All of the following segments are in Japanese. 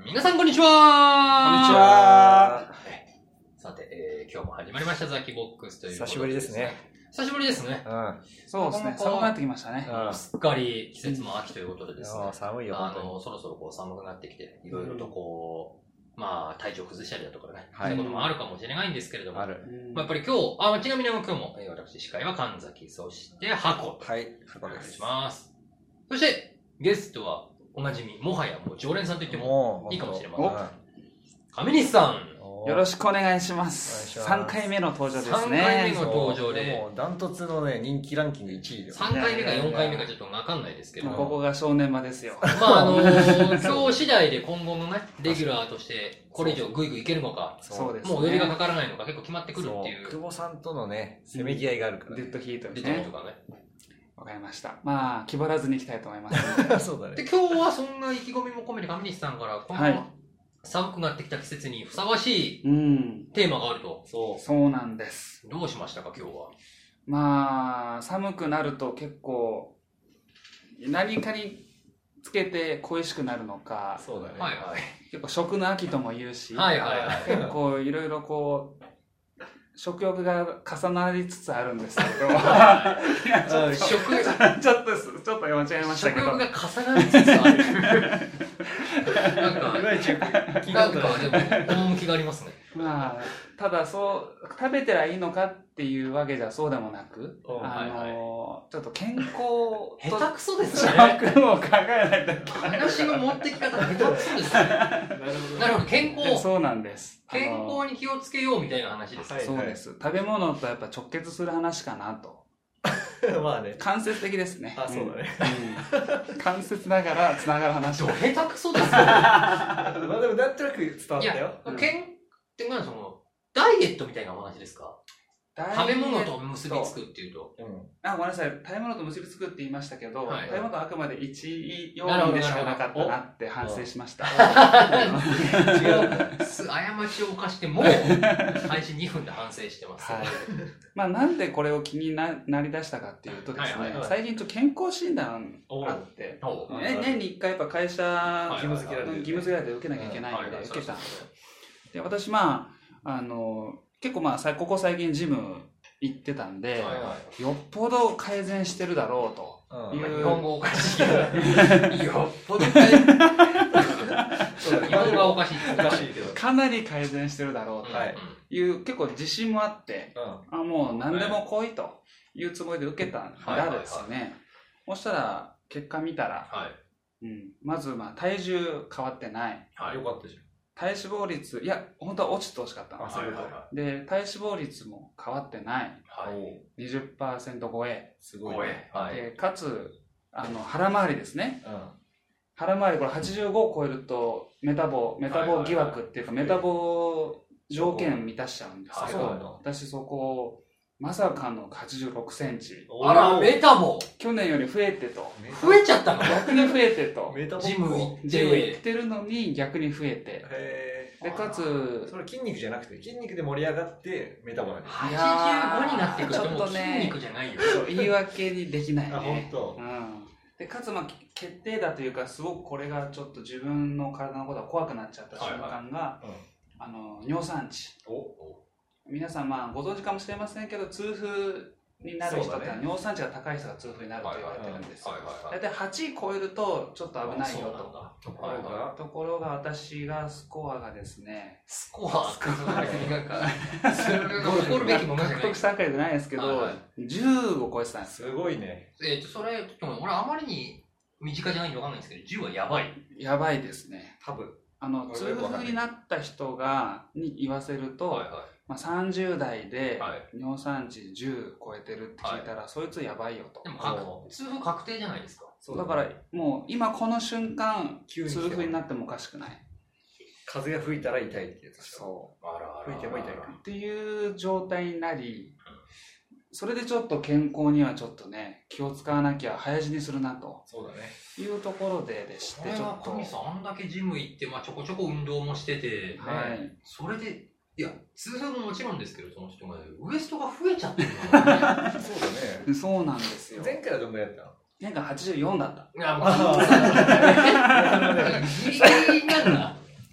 皆さんこんにちは。 こんにちは。 さて、今日も始まりましたザキボックスということで、 久しぶりですね。 久しぶりですね。 うん。 そうですね。寒くなってきましたね。 すっかり季節も秋ということでですね。 寒いよ。 そろそろこう寒くなってきて、いろいろとこう、まあ体調崩したりだとかね、 はい、 そういうこともあるかもしれないんですけれども、 ある。 まあ、やっぱり今日、ちなみに今日も、私司会は神崎、そして箱。 はい、箱です。 お願いします。そしてゲストはおなじみ、もはやもう常連さんと言ってもいいかもしれません。上西さん。 よろしくお願いします。3回目の登場ですね。 3回目の登場で。 もうダントツのね、人気ランキング1位で。 3回目か4回目かちょっとわかんないですけど。 ここが正念場ですよ。 まあ今日次第で今後のね、レギュラーとしてこれ以上グイグイいけるのか、 そうですね。 もうお呼びがかからないのか結構決まってくるっていう。 久保さんとのね、せめぎ合いがあるから。 デッドヒートですね。 わかりました。まあ、気張らずにいきたいと思います。 そうだね。 で、今日はそんな意気込みも込めて上西さんから、この寒くなってきた季節にふさわしいテーマがあると。 そうなんです。 どうしましたか、今日は。 まあ、寒くなると結構、何かにつけて恋しくなるのか。 そうだね。 はいはい。 結構食の秋とも言うし。 はいはいはい。 結構いろいろこう、食欲が重なりつつあるんですけど。ちょっと間違えましたけど。 食欲が重なりつつある。なんかでも、趣がありますね。 まあ、ただ食べてはいいのかっていうわけじゃそうでもなく、ちょっと健康と下手くそですね。 食を考えないといけない。 話の持ってき方が下手くそですね。なるほど、健康。 そうなんです。 健康に気をつけようみたいな話ですね。 そうです。食べ物とやっぱ直結する話かなと。 まあね。 間接的ですね。 あ、そうだね。 間接ながら繋がる話。 下手くそですよ。 まあでもなんとなく伝わったよ。 ってそのダイエットみたいなお話ですか？食べ物と結びつくっていうと。 ごめんなさい。食べ物と結びつくって言いましたけど、食べ物はあくまで一要因でしかなかったなって反省しました。 違う。過ちを犯しても、開始2分で反省してます。 まあなんでこれを気になりだしたかっていうとですね、最近健康診断あって、年に1回やっぱ会社義務付けられて受けなきゃいけないので、受けたんですよ。で、私結構ここ最近ジム行ってたんで、よっぽど改善してるだろうという。 日本語おかしい。よっぽど改善。日本語はおかしいけど。 かなり改善してるだろうという結構自信もあって、もう何でも来いというつもりで受けたらですね、そしたら結果見たら、まず体重変わってない。 よかったじゃん。 体脂肪率、いや、本当は落ちてほしかったんですけど、で、体脂肪率も変わってない。20% 超え。 すごい。 で、かつ、腹回りですね。腹回り、これ85を超えると、メタボ疑惑っていうか、メタボ条件満たしちゃうんですけど、私そこ、まさかの86センチ。 あら、メタボ去年より増えてと。 増えちゃったの？ 逆に増えてと。 ジム行ってるのに逆に増えて。で、かつ、 それ筋肉じゃなくて、筋肉で盛り上がってメタボなんです。 85になってくるともう筋肉じゃないよ。 言い訳にできないね。 本当。 で、かつ決定打というか、すごくこれがちょっと自分の体のことが怖くなっちゃった瞬間が、尿酸値。皆さんご存知かもしれませんけど、痛風になる人って尿酸値が高い人が痛風になると言われてるんですよ。大体8位超えるとちょっと危ないよと。ところが私がスコアがですね、 スコアなんかそれが怒るべきものじゃない。 獲得したわけじゃないですけど、10を超えてたんですよ。 すごいね。 それ俺あまりに身近じゃないんでわかんないんですけど、10はやばい。 やばいですね。 多分痛風になった人に言わせると、30代で尿酸値10超えてるって聞いたら、そいつやばいよと。 でも痛風確定じゃないですか。 だからもう今この瞬間痛風になってもおかしくない。 風が吹いたら痛いってやつ。 そう。 吹いても痛いっていう状態になり、それでちょっと健康にはちょっとね、気を使わなきゃ早死にするなと。 そうだね。 いうところでして、 ちょっと。神さん、あんだけジム行って、ちょこちょこ運動もしてて、それで、いや、痛風ももちろんですけど、その人がウエストが増えちゃってるのね。 そうだね。 そうなんですよ。 前回はどんぐらいやったの？ 前回84だった。 いや、もう、ギリギリなんだ。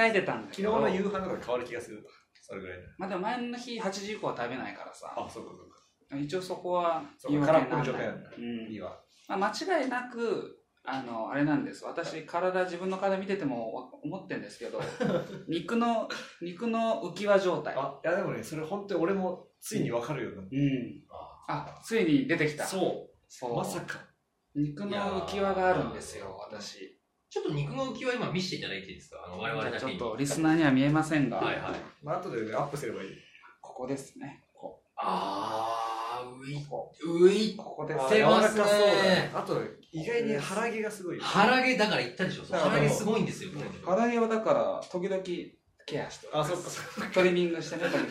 書いてたんだ昨日けど。 の夕飯とかで変わる気がする。それぐらいだ。 まあでも前の日8時以降は食べないからさ。 あ、そうかそうか。 一応そこはそうか、空っぽの状態なんだ。 うん。 いいわ。 まあ、間違いなく、あれなんです。私、自分の体見てても思ってるんですけど、肉の浮き輪状態。 あ、いやでもね、それ本当に俺もついに分かるようになった。 うん。あ、ついに出てきた。 そう。 そう。 まさか。 肉の浮き輪があるんですよ、私。 ちょっと肉の浮き輪今見せていただいていいですか？我々だけに。 ちょっとリスナーには見えませんが。 はいはい。 まあ後で、ね、アップすればいい。 ここですね。 ういここです出ますね。 あと、意外に腹毛がすごい。 腹毛だから言ったでしょ。腹毛すごいんですよ。 腹毛はだから、時々ケアして。 あ、そっかそっか。 トリミングしてね、時々。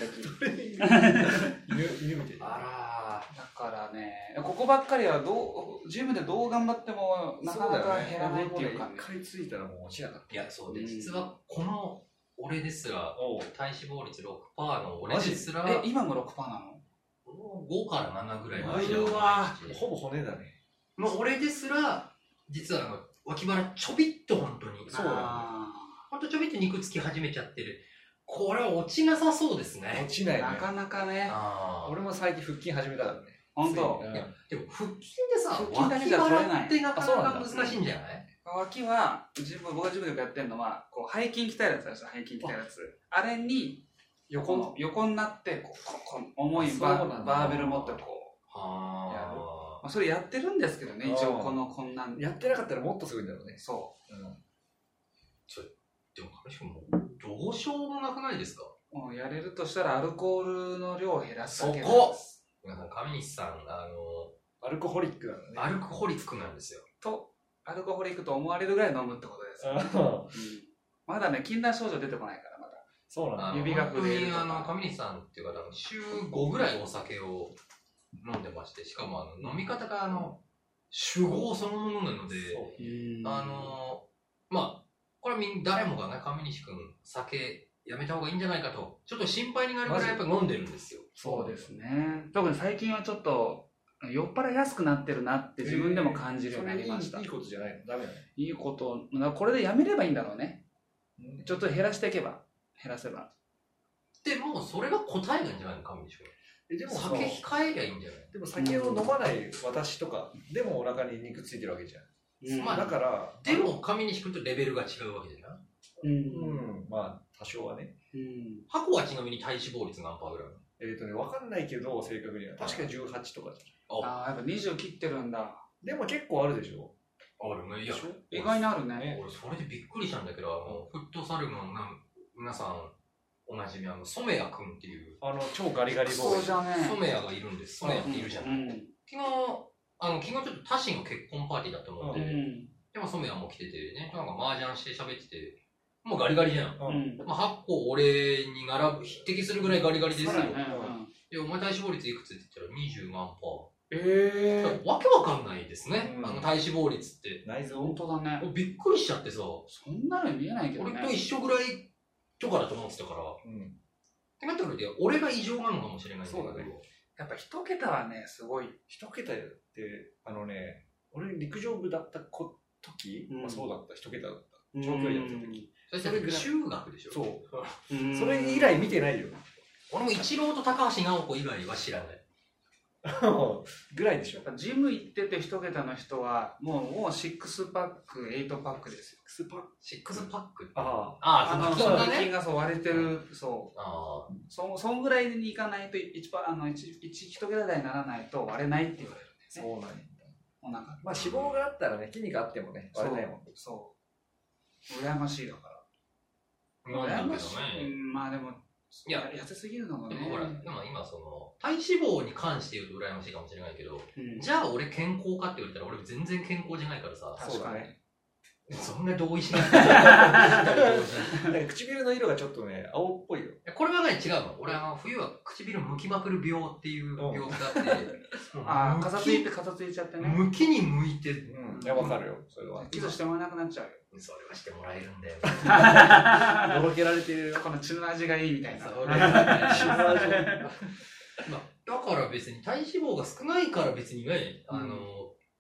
犬みたいな。 あらだからね、ここばっかりはジムでどう頑張ってもなかなか減らないっていうか、ね。 一回ついたらもう落ちなかった。 いや、そうで、実はこの俺ですら、体脂肪率 6% の俺ですら、 今も 6% なの ？5から7ぐらいの間をほぼ骨だね。 もう俺ですら、実は脇腹ちょびっと本当に。 そうだね。 ほんとちょびっと肉つき始めちゃってる。これは落ちなさそうですね。 落ちないね。 なかなかね。 俺も最近腹筋始めたからね。 本当。 でも腹筋でさ、 脇腹ってなかなか難しいんじゃない？ 脇は、僕が自分でよくやってるのは、こう背筋鍛えるやつあるじゃん、背筋鍛えるやつ。あれに、横になって、重いバーベル持ってこう、やる。まあ、それやってるんですけどね、一応こんなん。 やってなかったらもっとすごいんだろうね。 そう。 でも、上地君もどうしようもなくないですか？ もうやれるとしたらアルコールの量を減らすだけです。 そこ皆さん、上西さん、 アルコホリックなのね。 アルコホリックなんですよ。 アルコホリックと思われるぐらい飲むってことですよ、まだね、禁断症状出てこないから、まだ。 そうなんだ。 指が震えるとか。 本当に上西さんっていう方は週5ぐらいお酒を飲んでまして、しかも飲み方が酒豪そのものなので、まあ、これは誰もがね、上西君、酒やめた方がいいんじゃないかと、ちょっと心配になるぐらいやっぱ飲んでるんですよ。 そうですね。特に最近はちょっと、酔っ払いやすくなってるなって自分でも感じるようになりました。 いいことじゃないの？ダメだね。 いいこと、これでやめればいいんだろうね。ちょっと減らしていけば、減らせば。 でも、それが答えなんじゃないの、上西君。でも酒控えりゃいいんじゃない？ でも酒を飲まない私とかでもお腹に肉ついてるわけじゃん。まあだから。でも上西君とレベルが違うわけじゃない？ まあ多少はね。 箱はちなみに体脂肪率何パーぐらい？ わかんないけど正確には。確か18とかじゃん。ああ、やっぱ20切ってるんだ。 でも結構あるでしょ？ あるね。いや、 意外にあるね。 俺それでびっくりしたんだけど、フットサルの皆さん、おなじみ染谷くんっていう超ガリガリボーイ染谷がいるんです。染谷っているじゃない。昨日ちょっと他市の結婚パーティーだったので、でも染谷も来ててね、なんか麻雀して喋ってて、もうガリガリじゃん。まあ8個俺に匹敵するぐらいガリガリですよ。で、お前体脂肪率いくつって言ったら20万パー。わけわかんないですね。体脂肪率って。 内臓。 本当だね。 びっくりしちゃってさ。 そんなの見えないけどね。 俺と一緒ぐらいとかだと思ってたから。ってなったら俺が異常なのかもしれないんだけど。そうだね。 やっぱ一桁はね、すごい。 一桁って、俺陸上部だった時そうだった。一桁だった。長距離やった時。 それ中学でしょ？ そう。それ以来見てないよ。 俺もイチローと高橋尚子以外は知らない。 ぐらいでしょ。 ジム行ってて一桁の人はもう6パック、8パックですよ。 6パック？ 腹筋が割れてる、そう。そんぐらいにいかないと一桁台にならないと割れないって言われるんですね。 そうなんだ。 お腹。 まあ脂肪があったらね、筋肉あってもね、割れないもん。 そう。羨ましいだから。羨ましい。まあでも。いや、痩せすぎるのもね。 でもほら、でも今体脂肪に関して言うと羨ましいかもしれないけど、じゃあ俺健康かって言われたら俺全然健康じゃないからさ。 確かに。 そんな同意しない。 唇の色がちょっとね、青っぽいよ。 これはね、違うの。俺冬は唇剥きまくる病っていう病気があって、かさついちゃってね。 剥きに剥いて。 いや、わかるよ。それは。 キスしてもらえなくなっちゃうよ。 それはしてもらえるんだよ。 のろけられてる。 この血の味がいいみたいな。 血の味。だから別に体脂肪が少ないから別にね、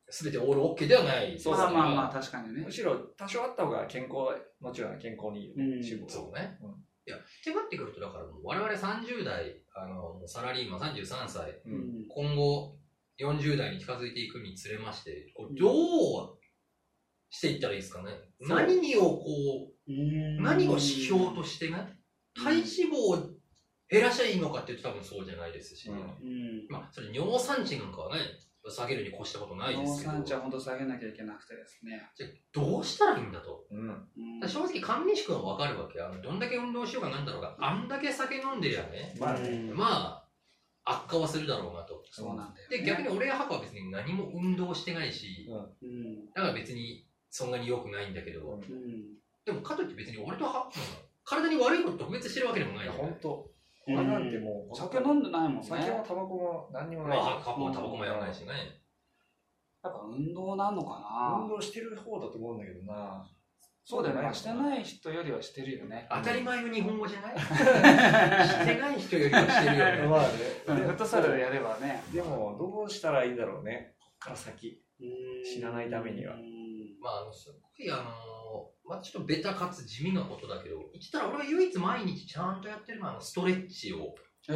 全てオールオッケーではない。 まあまあまあ、確かにね。 むしろ多少あった方が健康、もちろん健康にいいよね、脂肪。 そうね。いや、ってなってくると、だからもう我々30代、もうサラリーマン33歳、今後40代に近づいていくにつれまして、どうしていったらいいですかね。何を指標としてね、体脂肪を減らしゃいいのかっていうと多分そうじゃないですし、まあ、それ尿酸値なんかはね、下げるに越したことないですけど。 尿酸値は本当下げなきゃいけなくてですね。 じゃあどうしたらいいんだと。正直、管理職は分かるわけ。どんだけ運動しようかなんだろうが、あんだけ酒飲んでりゃね、まあ、悪化はするだろうなと。 そうなんだよ、 ね。で、逆に俺やハコは別に何も運動してないし、だから別にそんなに良くないんだけど、でもかといって別に俺とハコ体に悪いこと特別してるわけでもないよね。 本当。俺なんてもう酒飲んでないもんね。 酒もタバコも何にもない。 まあ、ハコはタバコもやらないしね。 やっぱ運動なのかな。 運動してる方だと思うんだけどな。 そうだよね。してない人よりはしてるよね。 当たり前の日本語じゃないしてない人よりはしてるよね。 まあね。 フットサルでやればね。 でも、どうしたらいいんだろうね。こっから先。死なないためには。 まあ、すごいまあちょっとベタかつ地味なことだけど、言ったら俺が唯一毎日ちゃんとやってるのはストレッチを。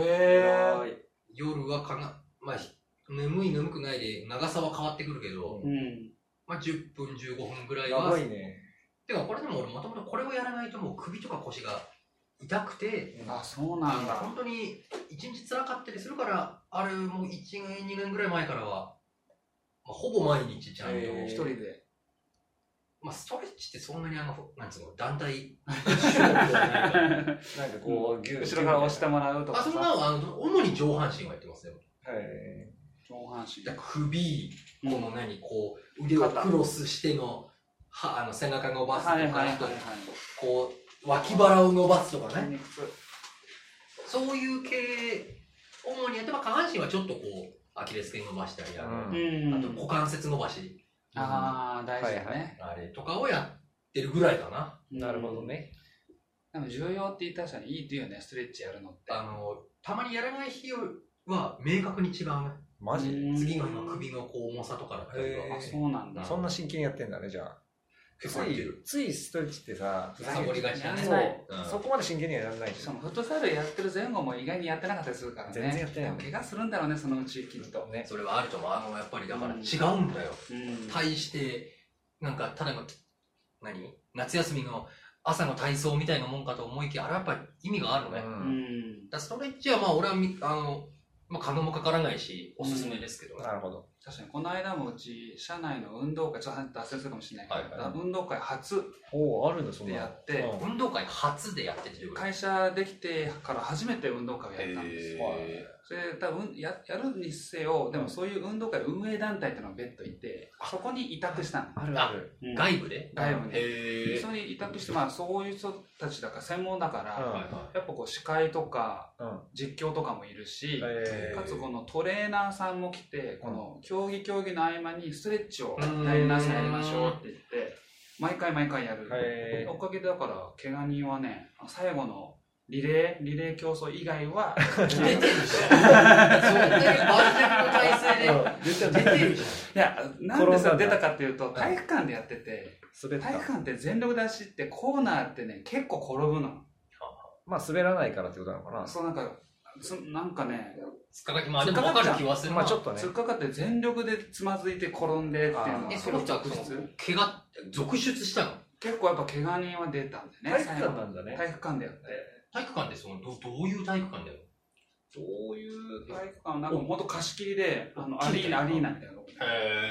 夜はまあ、眠くないで長さは変わってくるけど、まあ10分15分ぐらいは。 やばいね。 てかこれでも俺もともとこれをやらないともう首とか腰が痛くて、 あ、そうなんだ。 本当に一日辛かったりするから、あれもう1年2年ぐらい前からは、まあ、ほぼ毎日ちゃんと一人で。 まあ、ストレッチってそんなになんつうの、団体種目ではないから。なんかこう、後ろから押してもらうとか。 そんな主に上半身をやってますよ。 上半身。 首、この腕をクロスしての、背中伸ばすとか、こう、脇腹を伸ばすとかね。そういう系、主にやって、下半身はちょっとこう、アキレス腱伸ばしたり、あと股関節伸ばし。 ああ、大事だね。 あれとかをやってるぐらいかな。 なるほどね。 でも重要って言った人にいいって言うよね、ストレッチやるのって。 たまにやらない日は明確に違うね。 マジ？ 次の日の首の重さとかだったりあ、そうなんだ。 そんな真剣にやってんだね、じゃあ。ついストレッチってさ、 サボりがちだね。 そこまで真剣にはやらないしかもフットサルやってる前後も意外にやってなかったりするからね。 全然やってない。 怪我するんだろうね、そのうちきっとね。 それはあると思う。やっぱりだから違うんだよ。対して、なんか、ただの、夏休みの朝の体操みたいなもんかと思いきや、あれはやっぱり意味があるね。ストレッチはまあ俺は金もかからないし、おすすめですけどね。 なるほど。 確かに、この間もうち、社内の運動会、ちょっと脱線するかもしれないけど、運動会初でやって、 運動会初でやってて、 会社できてから初めて運動会をやったんですよ。それ多分やるにせよ、でもそういう運動会運営団体っていうのが別途いて、そこに委託したの。 あるある。 外部で外部に。それに委託して、まあそういう人たちだから、専門だから、やっぱこう司会とか、実況とかもいるし、かつこのトレーナーさんも来て、この競技の合間にストレッチをやりましょうって言って、毎回やる。おかげでだから、怪我人はね、最後のリレー競争以外は出てるじゃん。そんだけ盤石の体勢で出てるじゃん。 いや、なんでさ出たかっていうと、体育館でやってて、体育館って全力で走ってコーナーってね、結構転ぶの。 まあ滑らないからってことなのかな。 そう、なんかね、 つっかかって、まあでも分かる気はする。 まあちょっとね。 つっかかって全力でつまずいて転んでっていうのが。 その人は怪我、続出したの？ 結構やっぱ怪我人は出たんでね。 体育館なんだね。 体育館でやって。 体育館ってどういう体育館だよ？ どういう体育館？なんかほんと貸し切りで、アリーナみたいなところ。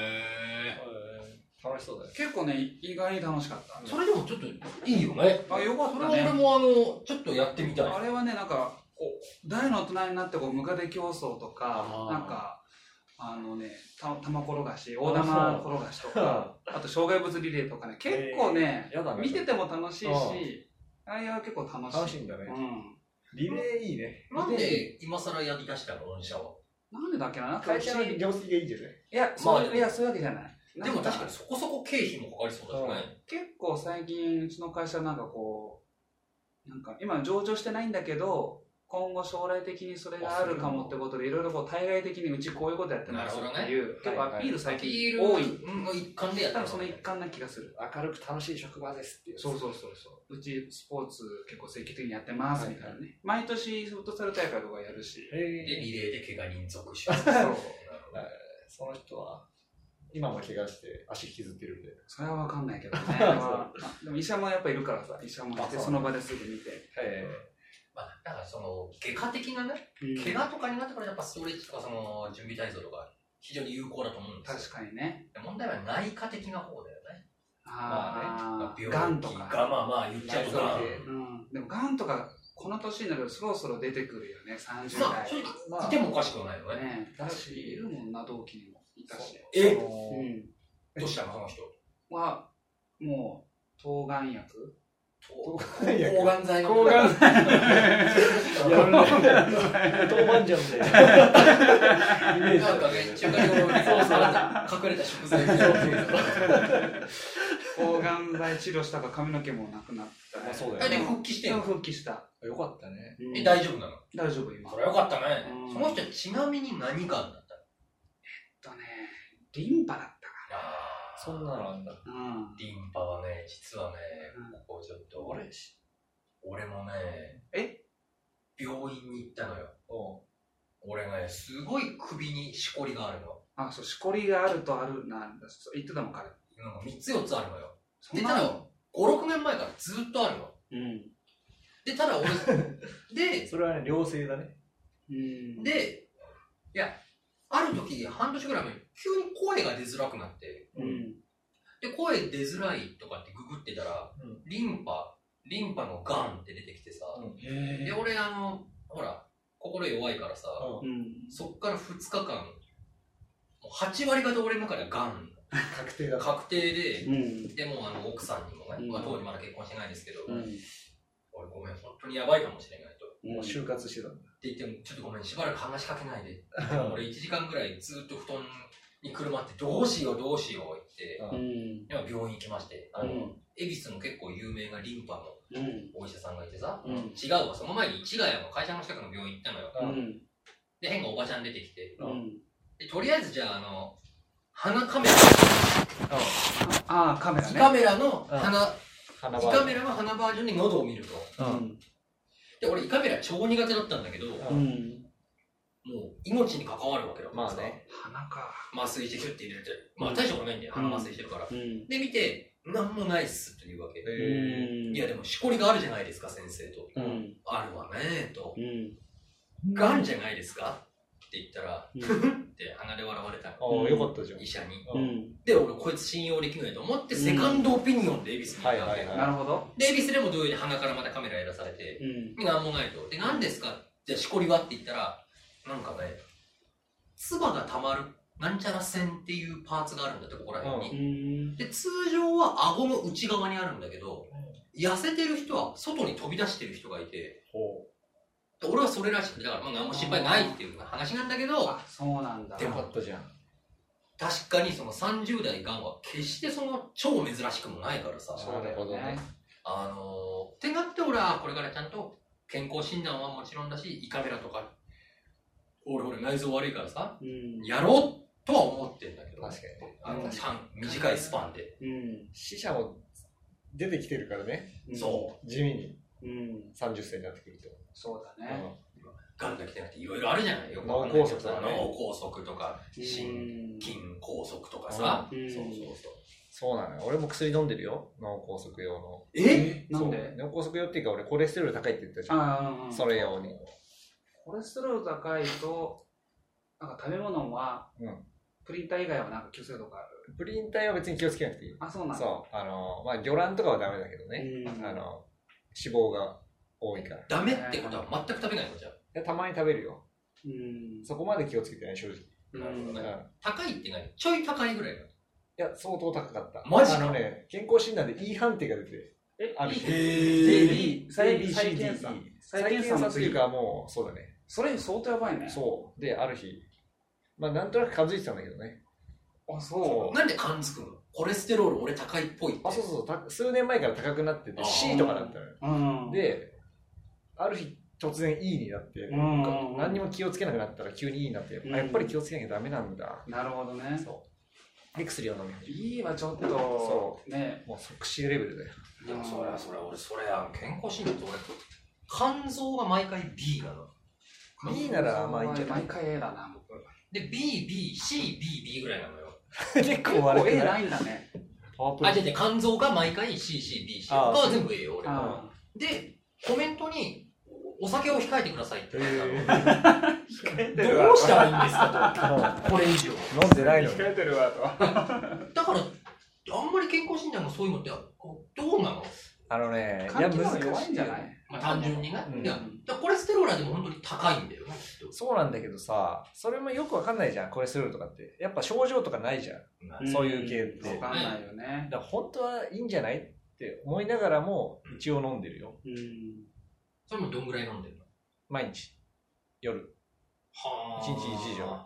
楽しそうだね。 結構ね、意外に楽しかった。 それでもちょっといいよね。 あ、よかったね。 それ俺もちょっとやってみたい。 あれはね、なんか、大の大人になってムカデ競争とか、なんか、玉転がし、大玉転がしとか、あと障害物リレーとかね、結構ね、見てても楽しいし、あれは結構楽しい。 楽しいんだね。リレーいいね。 なんで今更やりだしたの、御社は。 なんでだっけな、なんか会社の業績がいいんじゃない？ いや、そういうわけじゃない。 でも確かにそこそこ経費もかかりそうだよね。 結構最近、うちの会社なんかこう、なんか今上場してないんだけど、 今後将来的にそれがあるかもってことでいろいろこう対外的にうちこういうことやってますっていう、結構アピール最近多い一環でやったらその一環な気がする。 明るく楽しい職場ですっていう。 そううちスポーツ結構積極的にやってますみたいなね、毎年フットサル大会とかやるし、 でリレーで怪我人続出その人は今も怪我して足引きずってるんで。 それは分かんないけどねでも医者もやっぱいるからさ、医者もいてその場ですぐ見て、 だからその外科的なね、怪我とかになってからやっぱストレッチとかその準備体操とか非常に有効だと思うんですよ。 確かにね。 問題は内科的な方だよね。 ガンとか言っちゃうとガン、 でもガンとかこの年になるとそろそろ出てくるよね、30代。 いてもおかしくないよね。 だし、いるもんな、同期にもいたし。 どうしたのその人は、もう、抗がん薬抗がん剤の抗がん剤豆板醤みたいなイメージなんかね、中華料理隠れた食材抗がん剤治療したから髪の毛もなくなった、 そうだよね。 復帰してんの？ 復帰した。 よかったね。 大丈夫なの？ 大丈夫今。 それよかったね。その人はちなみに何がんだったの？ リンパだったかな。 そんなのあんだ。 リンパはね、実はね、ここちょっと俺もね、病院に行ったのよ。俺ね、すごい首にしこりがあるの。 そう、しこりがあるとあるなんだ。言ってたもん、彼。 3つ4つあるのよ。で、ただ、5、6年前からずっとあるの。で、ただ俺、で、 それはね、良性だね。 で、いや、ある時、半年ぐらい前に急に声が出づらくなって、で、声出づらいとかってググってたら、リンパのガンって出てきてさ、で、俺ほら、心弱いからさ、そっから2日間、もう8割方俺の中ではガン。 確定だ。 確定で、でも奥さんにもね、当時まだ結婚してないですけど、俺ごめん、本当にやばいかもしれないと。 もう就活してたんだ。 って言っても、ちょっとごめん、しばらく話しかけないで。俺1時間ぐらいずっと布団にくるまって、どうしよう言って、今病院行きまして、恵比寿の結構有名なリンパのお医者さんがいてさ、違うわ、その前に市ヶ谷の会社の近くの病院行ったのよ。で、変なおばちゃん出てきて、でとりあえずじゃあ、鼻カメラ。 カメラね。 胃カメラの鼻バージョンで喉を見ると。で、俺胃カメラ超苦手だったんだけど、もう命に関わるわけだからさ。 鼻か。 麻酔してキュッて入れて、大したことないんだよ、鼻麻酔してるから。で、見て、なんもないっすって言うわけ。いや、でもしこりがあるじゃないですか、先生と。あるわねと。がんじゃないですかって言ったら、って鼻で笑われたの。 よかったじゃん。 医者に。で、俺こいつ信用できないと思って、セカンドオピニオンで恵比寿に行ったわけ。 なるほど。 で、恵比寿でも同様に鼻からまたカメラやらされて、なんもないと。で、何ですかじゃあしこりはって言ったら、なんかね、唾が溜まる、なんちゃら線っていうパーツがあるんだって、ここら辺に。で、通常は顎の内側にあるんだけど、痩せてる人は外に飛び出してる人がいて、俺はそれらしくて、だから何も心配ないっていう話なんだけど、 そうなんだ。 よかったじゃん。 確かにその30代がんは決してその超珍しくもないからさ。 なるほどね。 ってなって俺はこれからちゃんと健康診断はもちろんだし、胃カメラとか、俺内臓悪いからさ、やろうとは思ってんだけど、 確かに短いスパンで。 死者も出てきてるからね。 そう。 地味に。30歳になってくると。 そうだね。 がんだけじゃなくていろいろあるじゃないよ。 脳梗塞とか脳梗塞とか、心筋梗塞とかさ。 そうなのよ。俺も薬飲んでるよ。脳梗塞用の。 なんで？ 脳梗塞用っていうか俺コレステロール高いって言ったじゃん。それ用に。 コレステロール高いと、なんか食べ物は、プリン体以外はなんか気をつけるとかある？ プリン体は別に気をつけなくていい。 そうなんだ。 そう。魚卵とかはダメだけどね。脂肪が多いから。 ダメってことは全く食べないのじゃあ？ たまに食べるよ。そこまで気をつけてない、正直。 高いって何？ちょい高いぐらいなの？ いや、相当高かった。 マジか？ 健康診断で E 判定が出て。ある日。再検査。 再検査というかもう、そうだね。 それ相当やばいね。 そう。で、ある日。なんとなく感づいてたんだけどね。 そう。なんで感づくの？コレステロール俺高いっぽいって。 そう。数年前から高くなってて、C とかだったのよ。で、ある日、 突然いいになって、何にも気をつけなくなったら急にいいになって、やっぱり気をつけなきゃダメなんだ。 なるほどね。 で、薬を飲みいいはちょっと、 そうね、もう即死レベルだよ。 でも俺健康診断と俺、肝臓が毎回 B なの。 B ならまあいいんじゃない？ 毎回 A だな、僕。 で、B、B、C、B、B ぐらいなのよ。 結構悪くない？ A ないんだね。 じゃ肝臓が毎回 C、C、B、C。他は全部 A よ、俺は。で、コメントに、お酒を控えてくださいって言ったの。どうしたらいいんですかと。これ以上。 飲んでないの。 控えてるわと。 だから、あんまり健康診断がそういうのって、どうなの？ いや、難しいんじゃない？ 単純にね。いや、コレステロールはでも本当に高いんだよね。 そうなんだけどさ、それもよくわかんないじゃん、コレステロールとかって。やっぱ症状とかないじゃん。そういう系って。 わかんないよね。 だから本当はいいんじゃないって思いながらも、一応飲んでるよ。 それもどんぐらい飲んでるの？ 毎日。夜。1日1錠。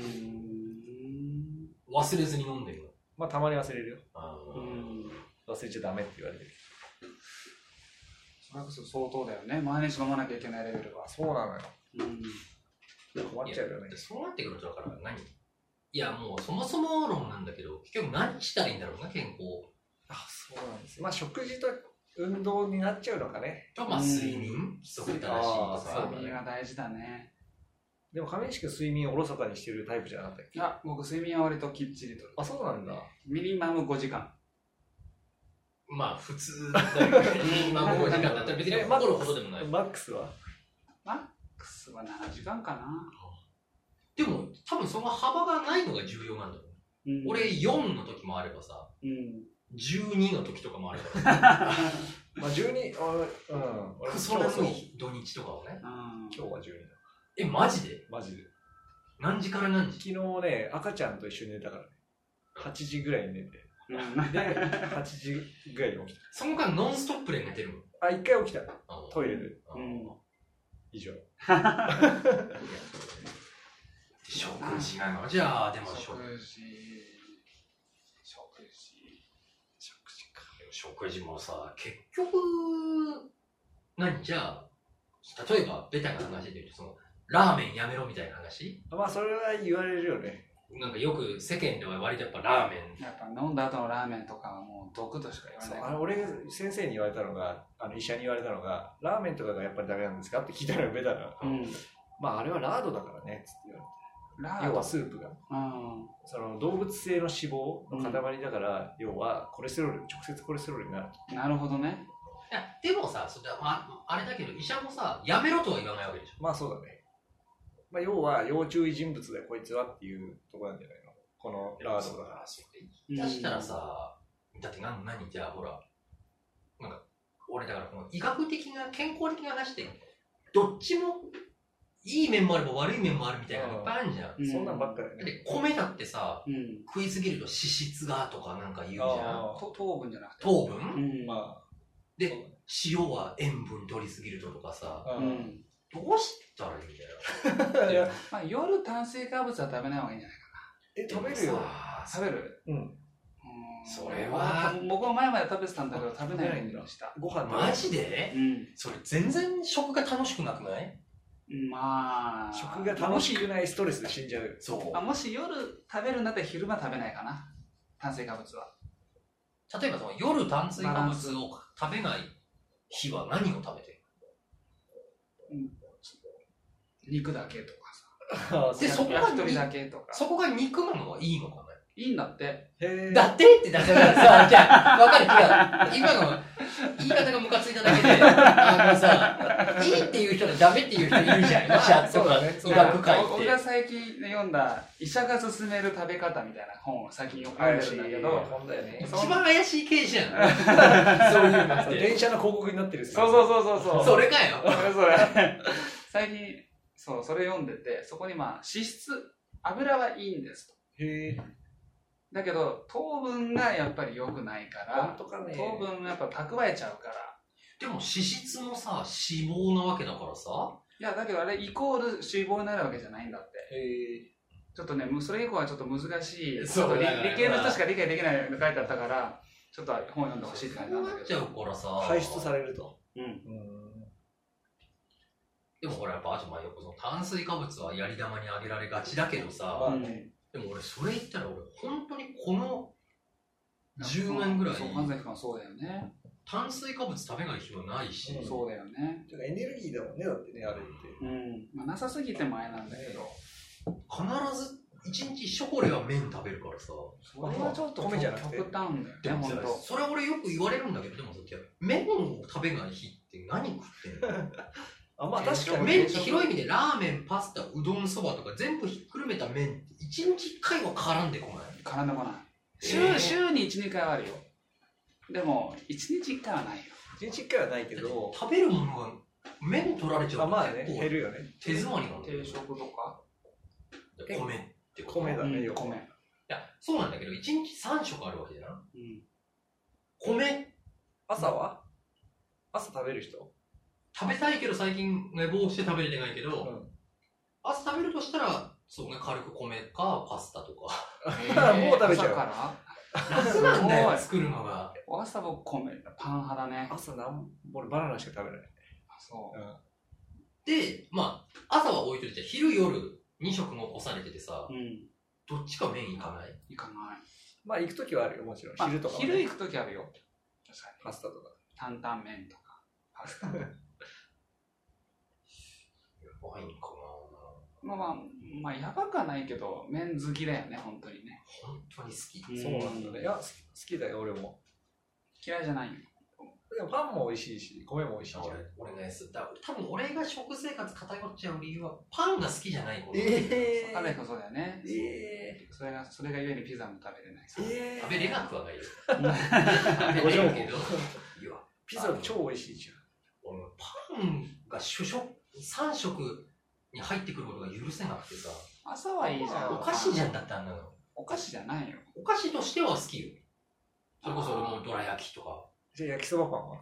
忘れずに飲んでるの？ まあたまに忘れるよ。忘れちゃダメって言われてる。 それこそ相当だよね。毎日飲まなきゃいけないレベルは。 そうなのよ。困っちゃうよね。 そうなってくるとだから何？いやもうそもそも論なんだけど、結局何したらいいんだろうな、健康。 そうなんです。まあ食事と運動になっちゃうのかね。 まあ睡眠、規則正しいとか。 睡眠が大事だね。 でも亀石君睡眠をおろそかにしてるタイプじゃなかったっけ？ いや、僕睡眠は割ときっちりとる。 あ、そうなんだ。 ミニマム5時間。 まあ普通だよね。ミニマム5時間だったら別に怒るほどでもない。 マックスは 7時間かな。 でも多分その幅がないのが重要なんだろうね。俺4の時もあればさ、12の時とかもあるから。 まあ12、 それの土日とかをね。 今日は12だ。 マジで？ マジで。 何時から何時？ 昨日ね、赤ちゃんと一緒に寝たからね。8時ぐらいに寝て。で、8時ぐらいに起きた。 その間ノンストップで寝てるの？ 1回起きた。トイレで。以上。 食事なの？じゃあ、でも食事もさ、結局、じゃあ、例えばベタな話で言うと、そのラーメンやめろみたいな話？ まあそれは言われるよね。 なんかよく世間では割とやっぱラーメン。 やっぱ飲んだ後のラーメンとかはもう毒としか言わない。 俺先生に言われたのが、医者に言われたのが、ラーメンとかがやっぱりダメなんですかって聞いたのがベタな。まああれはラードだからねっつって言われて。要はスープが、その動物性の脂肪の塊だから、要はコレステロール、直接コレステロールになる。 なるほどね。 いやでもさ、あれだけど医者もさ、やめろとは言わないわけでしょ。 まあそうだね。まあ要は要注意人物だよこいつはっていうところなんじゃないの、このラードだから。 だしたらさ、だって何じゃあほら、なんか俺だからこの医学的な健康的な話でどっちもいい面もあれば悪い面もあるみたいなのいっぱいあるじゃん。 そんなんばっかりね。 で米だってさ、食いすぎると脂質がとかなんか言うじゃん。 糖分じゃなくて。 糖分？まあ。で、塩は塩分取りすぎるとかさ、どうしたらいいんだよ。 まあ夜炭水化物は食べない方がいいんじゃないかな。 食べるよ。 食べる？ それは僕も前まで食べてたんだけど食べないようにした。 ご飯マジで？それ全然食が楽しくなくない？ まあ食が楽しくないストレスで死んじゃう。 そうもし夜食べるんだったら昼間食べないかな、炭水化物は。 例えばその夜炭水化物を食べない日は何を食べてる？ 肉だけとかさ。 でそこが焼き鳥だけとか。 そこが肉なのはいいのかね？ いいんだって。 だってってだからさ、じゃあ、わかる違う。今の言い方がムカついただけで、さ、いいっていう人とダメっていう人いるじゃん。医者とか医学界って。 僕が最近読んだ医者が勧める食べ方みたいな本を最近よく読んでるんだけど、 一番怪しい系じゃん。そういうのって。 電車の広告になってる。 そう。 それかよ。 それ。最近、それ読んでて、そこにまあ、脂質、油はいいんですと。 へー。 だけど糖分がやっぱり良くないから、糖分やっぱ蓄えちゃうから。 でも脂質もさ脂肪なわけだからさ。 いやだけどあれイコール脂肪になるわけじゃないんだって。ちょっとねそれ以降はちょっと難しい。理系の人しか理解できないの書いてあったから、ちょっと本読んでほしいって感じなんだけど。 そうなっちゃうからさ。 排出されると。 でもほらやっぱあとまあよくその炭水化物はやり玉にあげられがちだけどさ、でも俺それ言ったら俺本当にこの10年ぐらいそう神崎君はそうだよね。 炭水化物食べない日はないし、 そうだよね。 エネルギーだもんね、だってね、あれって。 まあなさすぎてもあれなんだけど、 必ず1日1食俺は麺食べるからさ。 それはちょっと極端だよね、本当。 それ俺よく言われるんだけど、でも麺を食べない日って何食ってんの？ あ、まあ確かに。 麺って広い意味でラーメン、パスタ、うどん、そばとか全部ひっくるめた麺って1日1回は絡んでこない？ 絡んでこない。週に1、2回はあるよ。でも、1日1回はないよ。 1日1回はないけど、 食べるものが麺取られちゃうとまあね、減るよね。 手詰まりなんだよ。 定食とか米ってこと。 米だね、よく。 米。 いや、そうなんだけど、1日3食あるわけじゃん。米。 朝は朝食べる人？ 食べたいけど最近寝坊して食べれてないけど、朝食べるとしたら、そうね、軽く米かパスタとか。 もう食べちゃう。 朝から楽なんだよ、作るのが。 朝僕米、パン派だね。 俺バナナしか食べない。 そう。 で、まあ、朝は置いといて、昼夜2食残されててさ、どっちか麺いかない？ いかない。 まあ行くときはあるよ、もちろん。昼とか。 昼行くときあるよ。 パスタとか。 担々麺とか。パスタ。 やばいんかな。 まあ、やばくはないけど、麺好きだよね、本当にね。 本当に好き。 そうなんだね。いや、好きだよ、俺も。 嫌いじゃないよ。 でもパンも美味しいし、米も美味しいじゃん。 俺ね、多分俺が食生活偏っちゃう理由は、パンが好きじゃないこと。 カレーもそうだよね。それがゆえにピザも食べれない。 食べれなくはないよ。食べれるけど。 ピザ超美味しいじゃん。 俺、パンが3食に入ってくることが許せなくてさ。 朝はいいじゃん。 お菓子じゃんだってあんなの。 お菓子じゃないよ。 お菓子としては好きよ。それこそ俺もどら焼きとか。 じゃあ焼きそばパンは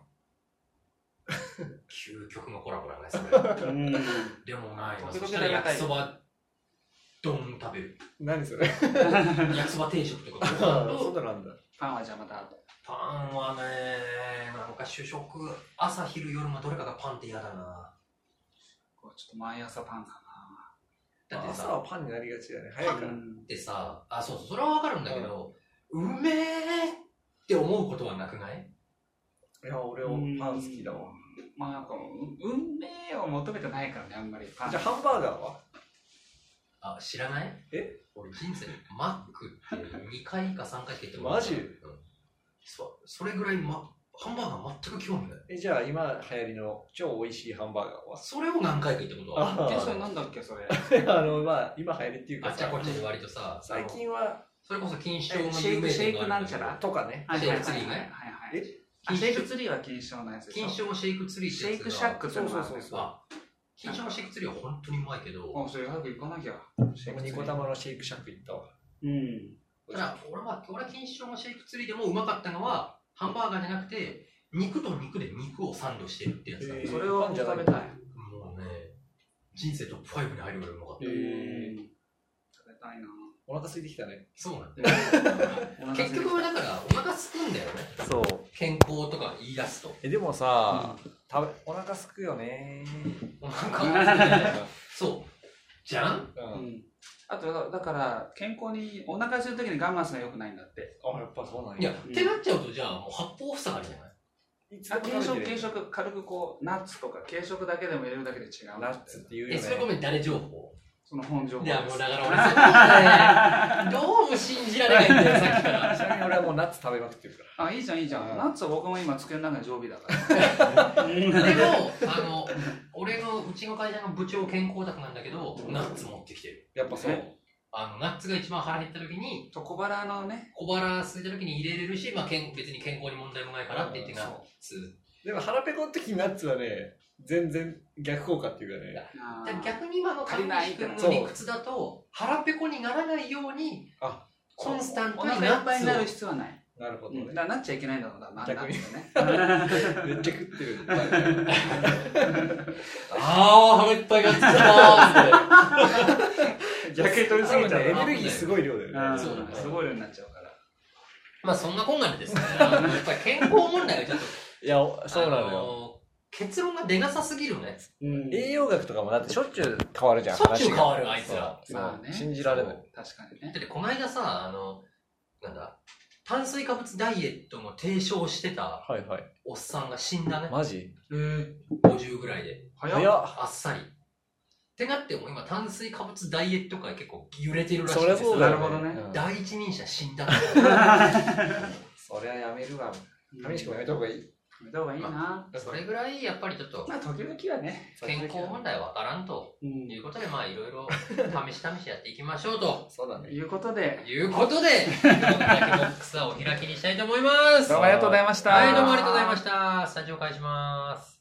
究極のコラボだね、それ。でもないな。そしたら焼きそば丼食べる。 何それ焼きそば定食とか。 そうなんだ。 パンはじゃあまた後。 パンはね、なんか主食、朝昼夜もどれかがパンって嫌だな。 ちょっと毎朝パンかな。だって朝はパンになりがちだよね。早いから。 ってさ、そう、それはわかるんだけど、うめえって思うことはなくない？ いや、俺パン好きだわ。 まあなんか、運命を求めてないからね、あんまりパン。 じゃあハンバーガーは？ 知らない？俺人生マックって2回か3回しか行ってもマジ？ それぐらい、ハンバーガー全く興味ない。 じゃあ今流行りの超美味しいハンバーガーは？ それを何回か言ったことはある。それなんだっけ、それ。 まあ今流行りっていうかあっちゃこっちゃに割とさ、 最近はそれこそ錦糸町の有名店シェイクなんちゃらとかね。 シェイクツリーね。 シェイクツリーは錦糸町のやつでしょ。 錦糸町のシェイクツリーってシェイクシャックってのがある。 そう。 錦糸町のシェイクツリーは本当にうまいけど。 それ早く行かなきゃ。 ニコ玉のシェイクシャック行ったわ。 ただ俺は錦糸町のシェイクツリーでもうまかったのは、ハンバーガーじゃなくて、肉と肉で肉をサンドしてるってやつだ。 それを食べたい。もうね、 人生トップ5に入るぐらいうまかった。 食べたいな。 お腹空いてきたね。 そうなんだよ。結局だからお腹すくんだよね。 そう。 健康とか言い出すと。 でもさ、お腹すくよね。 お腹すくね。そう。じゃん？ あとだから健康にお腹するときに我慢するのは良くないんだって。 やっぱそうなんや。いや、ってなっちゃうとじゃあもう八方塞がりじゃない？ 軽食軽くこうナッツとか軽食だけでも入れるだけで違う。 ナッツっていうよね。 それごめん、誰情報？ その本情報。 いやもうだから俺どうも信じられないんだよさっきから。 ちなみに俺はもうナッツ食べまくってるから。 いいじゃん。ナッツは僕も今机の中に常備だから。 でも俺のうちの会社の部長健康宅なんだけど、ナッツ持ってきてる。 やっぱそう。 ナッツが一番腹減った時に、 小腹のね、 小腹空いた時に入れれるし、別に健康に問題もないからって言ってナッツ。 でも腹ペコの時にナッツはね、全然逆効果っていうかね。逆に今の上西君の理屈だと、腹ペコにならないように、コンスタントにナッツを。 お腹いっぱいになる必要はない。 なるほどね。 なっちゃいけないんだろうな、 逆に。めっちゃ食ってる。 腹いっぱいがつったーって。 逆に取りすぎちゃう。 エネルギーすごい量だよね。 そうだね。すごい量になっちゃうから。 まあそんなこんなでですね、やっぱり健康問題がちょっと。 いや、そうなのよ。 結論が出なさすぎるね。 栄養学とかもだってしょっちゅう変わるじゃん。 しょっちゅう変わる、あいつら。 信じられない。 確かにね。 だってこの間さ、炭水化物ダイエットの提唱してたおっさんが死んだね。 マジ ？50ぐらいで。 早っ。 あっさり。ってなっても今炭水化物ダイエット界結構揺れてるらしいです。 そりゃそうだよね。なるほどね。 第一人者死んだ。 そりゃやめるわ。上石君やめた方がいい。 やめた方がいいな。 それぐらいやっぱりちょっと。 まあ時々はね。 健康問題はわからんということで、まあいろいろ試しやっていきましょうと。 そうだね。 いうことで、 今日のボックスはお開きにしたいと思います。 どうもありがとうございました。 はい、どうもありがとうございました。スタジオ返します。